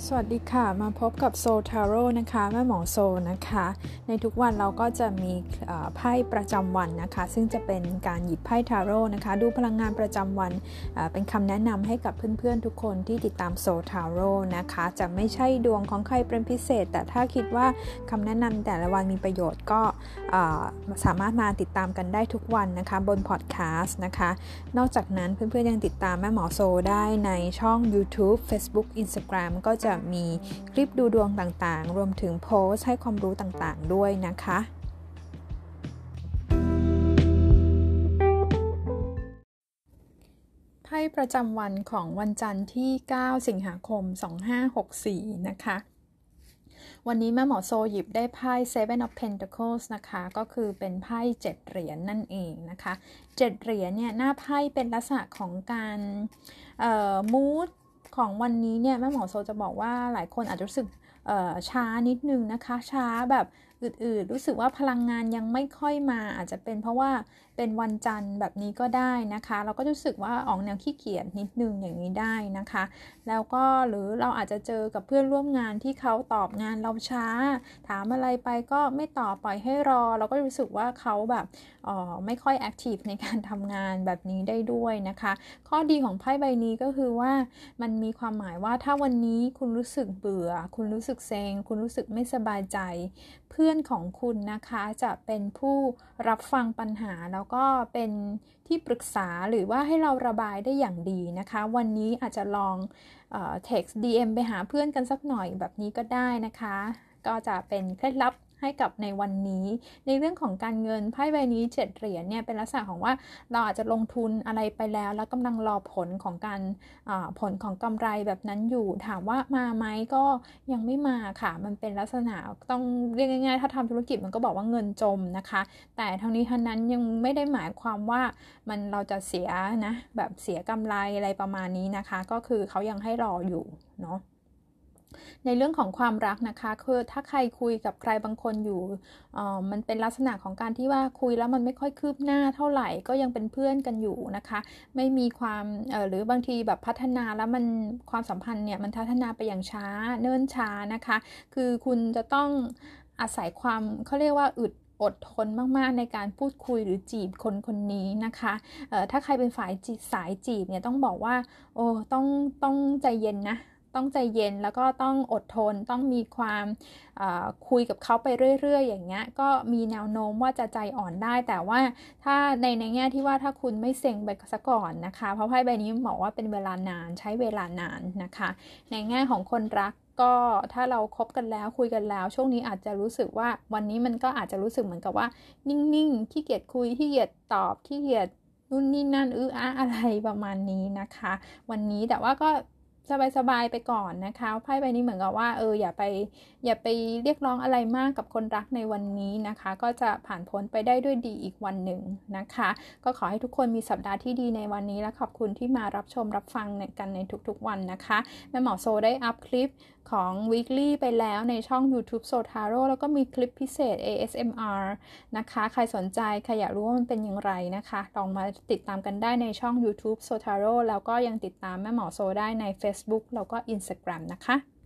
สวัสดีค่ะมาพบกับโซทาโร่นะคะแม่หมอโซนะคะในทุกวันเราก็จะมีไพ่ประจำวันนะคะซึ่งจะเป็นการหยิบไพ่ทาโร่นะคะดูพลังงานประจำวันเป็นคำแนะนำให้กับเพื่อนๆทุกคนที่ติดตามโซทาโร่นะคะจะไม่ใช่ดวงของใครเป็นพิเศษแต่ถ้าคิดว่าคำแนะนำแต่ละวันมีประโยชน์ก็สามารถมาติดตามกันได้ทุกวันนะคะบนพอดแคสต์นะคะนอกจากนั้นเพื่อนๆยังติดตามแม่หมอโซได้ในช่อง YouTube Facebook Instagram ก็จะมีคลิปดูดวงต่างๆรวมถึงโพสต์ให้ความรู้ต่างๆด้วยนะคะไพ่ประจำวันของวันจันทร์ที่9สิงหาคม2564นะคะวันนี้แม่หมอโซหยิบได้ไพ่ Seven of Pentacles นะคะก็คือเป็นไพ่7เหรียญนั่นเองนะคะ7เหรียญเนี่ยหน้าไพ่เป็นลักษณะของการmoodของวันนี้เนี่ยแม่หมอโซจะบอกว่าหลายคนอาจจะรู้สึกช้านิดนึงนะคะช้าแบบอืดๆรู้สึกว่าพลังงานยังไม่ค่อยมาอาจจะเป็นเพราะว่าเป็นวันจันทร์แบบนี้ก็ได้นะคะเราก็รู้สึกว่าออกแนวขี้เกียจนิดนึงอย่างนี้ได้นะคะแล้วก็หรือเราอาจจะเจอกับเพื่อนร่วมงานที่เขาตอบงานเราช้าถามอะไรไปก็ไม่ตอบปล่อยให้รอเราก็รู้สึกว่าเขาแบบไม่ค่อยแอคทีฟในการทำงานแบบนี้ได้ด้วยนะคะข้อดีของไพ่ใบนี้ก็คือว่ามันมีความหมายว่าถ้าวันนี้คุณรู้สึกเบื่อคุณรู้สึกเซ็งคุณรู้สึกไม่สบายใจเพื่อนของคุณนะคะจะเป็นผู้รับฟังปัญหาแล้วก็เป็นที่ปรึกษาหรือว่าให้เราระบายได้อย่างดีนะคะวันนี้อาจจะลองtext DM ไปหาเพื่อนกันสักหน่อยแบบนี้ก็ได้นะคะก็จะเป็นเคล็ดลับให้กับในวันนี้ในเรื่องของการเงินไพ่ใบนี้7เหรียญเนี่ยเป็นลักษณะของว่าเราอาจจะลงทุนอะไรไปแล้วกำลังรอผลของการผลของกำไรแบบนั้นอยู่ถามว่ามาไหมก็ยังไม่มาค่ะมันเป็นลักษณะต้องเรียกง่ายๆถ้าทำธุรกิจมันก็บอกว่าเงินจมนะคะแต่ทั้งนี้ทั้งนั้นยังไม่ได้หมายความว่าเราจะเสียนะแบบเสียกำไรอะไรประมาณนี้นะคะก็คือเขายังให้รออยู่เนาะในเรื่องของความรักนะคะคือถ้าใครคุยกับใครบางคนอยู่มันเป็นลักษณะของการที่ว่าคุยแล้วมันไม่ค่อยคืบหน้าเท่าไหร่ก็ยังเป็นเพื่อนกันอยู่นะคะไม่มีความหรือบางทีแบบพัฒนาแล้วมันความสัมพันธ์เนี่ยมันพัฒนาไปอย่างช้าเนิ่นช้านะคะคือคุณจะต้องอาศัยความเขาเรียกว่าอดทนมากๆในการพูดคุยหรือจีบคนคนนี้นะคะถ้าใครเป็นฝ่ายสายจีบเนี่ยต้องบอกว่าต้องใจเย็นนะต้องใจเย็นแล้วก็ต้องอดทนต้องมีความคุยกับเขาไปเรื่อยๆอย่างเงี้ยก็มีแนวโน้มว่าจะใจอ่อนได้แต่ว่าถ้าในแง่ที่ว่าถ้าคุณไม่เซ็งไปซะก่อนนะคะเพราะไพ่ใบนี้บอกว่าเป็นเวลานานใช้เวลานานนะคะในแง่ของคนรักก็ถ้าเราคบกันแล้วคุยกันแล้วช่วงนี้อาจจะรู้สึกว่าวันนี้มันก็อาจจะรู้สึกเหมือนกับว่านิ่งๆขี้เกียจคุยขี้เกียจตอบขี้เกียจนู่นนี่นั่นอะไรประมาณนี้นะคะวันนี้แต่ว่าก็สบายๆไปก่อนนะคะไพ่ใบนี้เหมือนกับว่าอย่าไปเรียกร้องอะไรมากกับคนรักในวันนี้นะคะก็จะผ่านพ้นไปได้ด้วยดีอีกวันหนึ่งนะคะก็ขอให้ทุกคนมีสัปดาห์ที่ดีในวันนี้และขอบคุณที่มารับชมรับฟังกันในทุกๆวันนะคะแม่หมอโซได้อัพคลิปของ weekly ไปแล้วในช่อง YouTube Sotaro แล้วก็มีคลิปพิเศษ ASMR นะคะใครสนใจใครอยากรู้ว่ามันเป็นอย่างไรนะคะลองมาติดตามกันได้ในช่อง YouTube Sotaro แล้วก็ยังติดตามแม่หมอโซได้ใน Facebook แล้วก็ Instagram นะคะ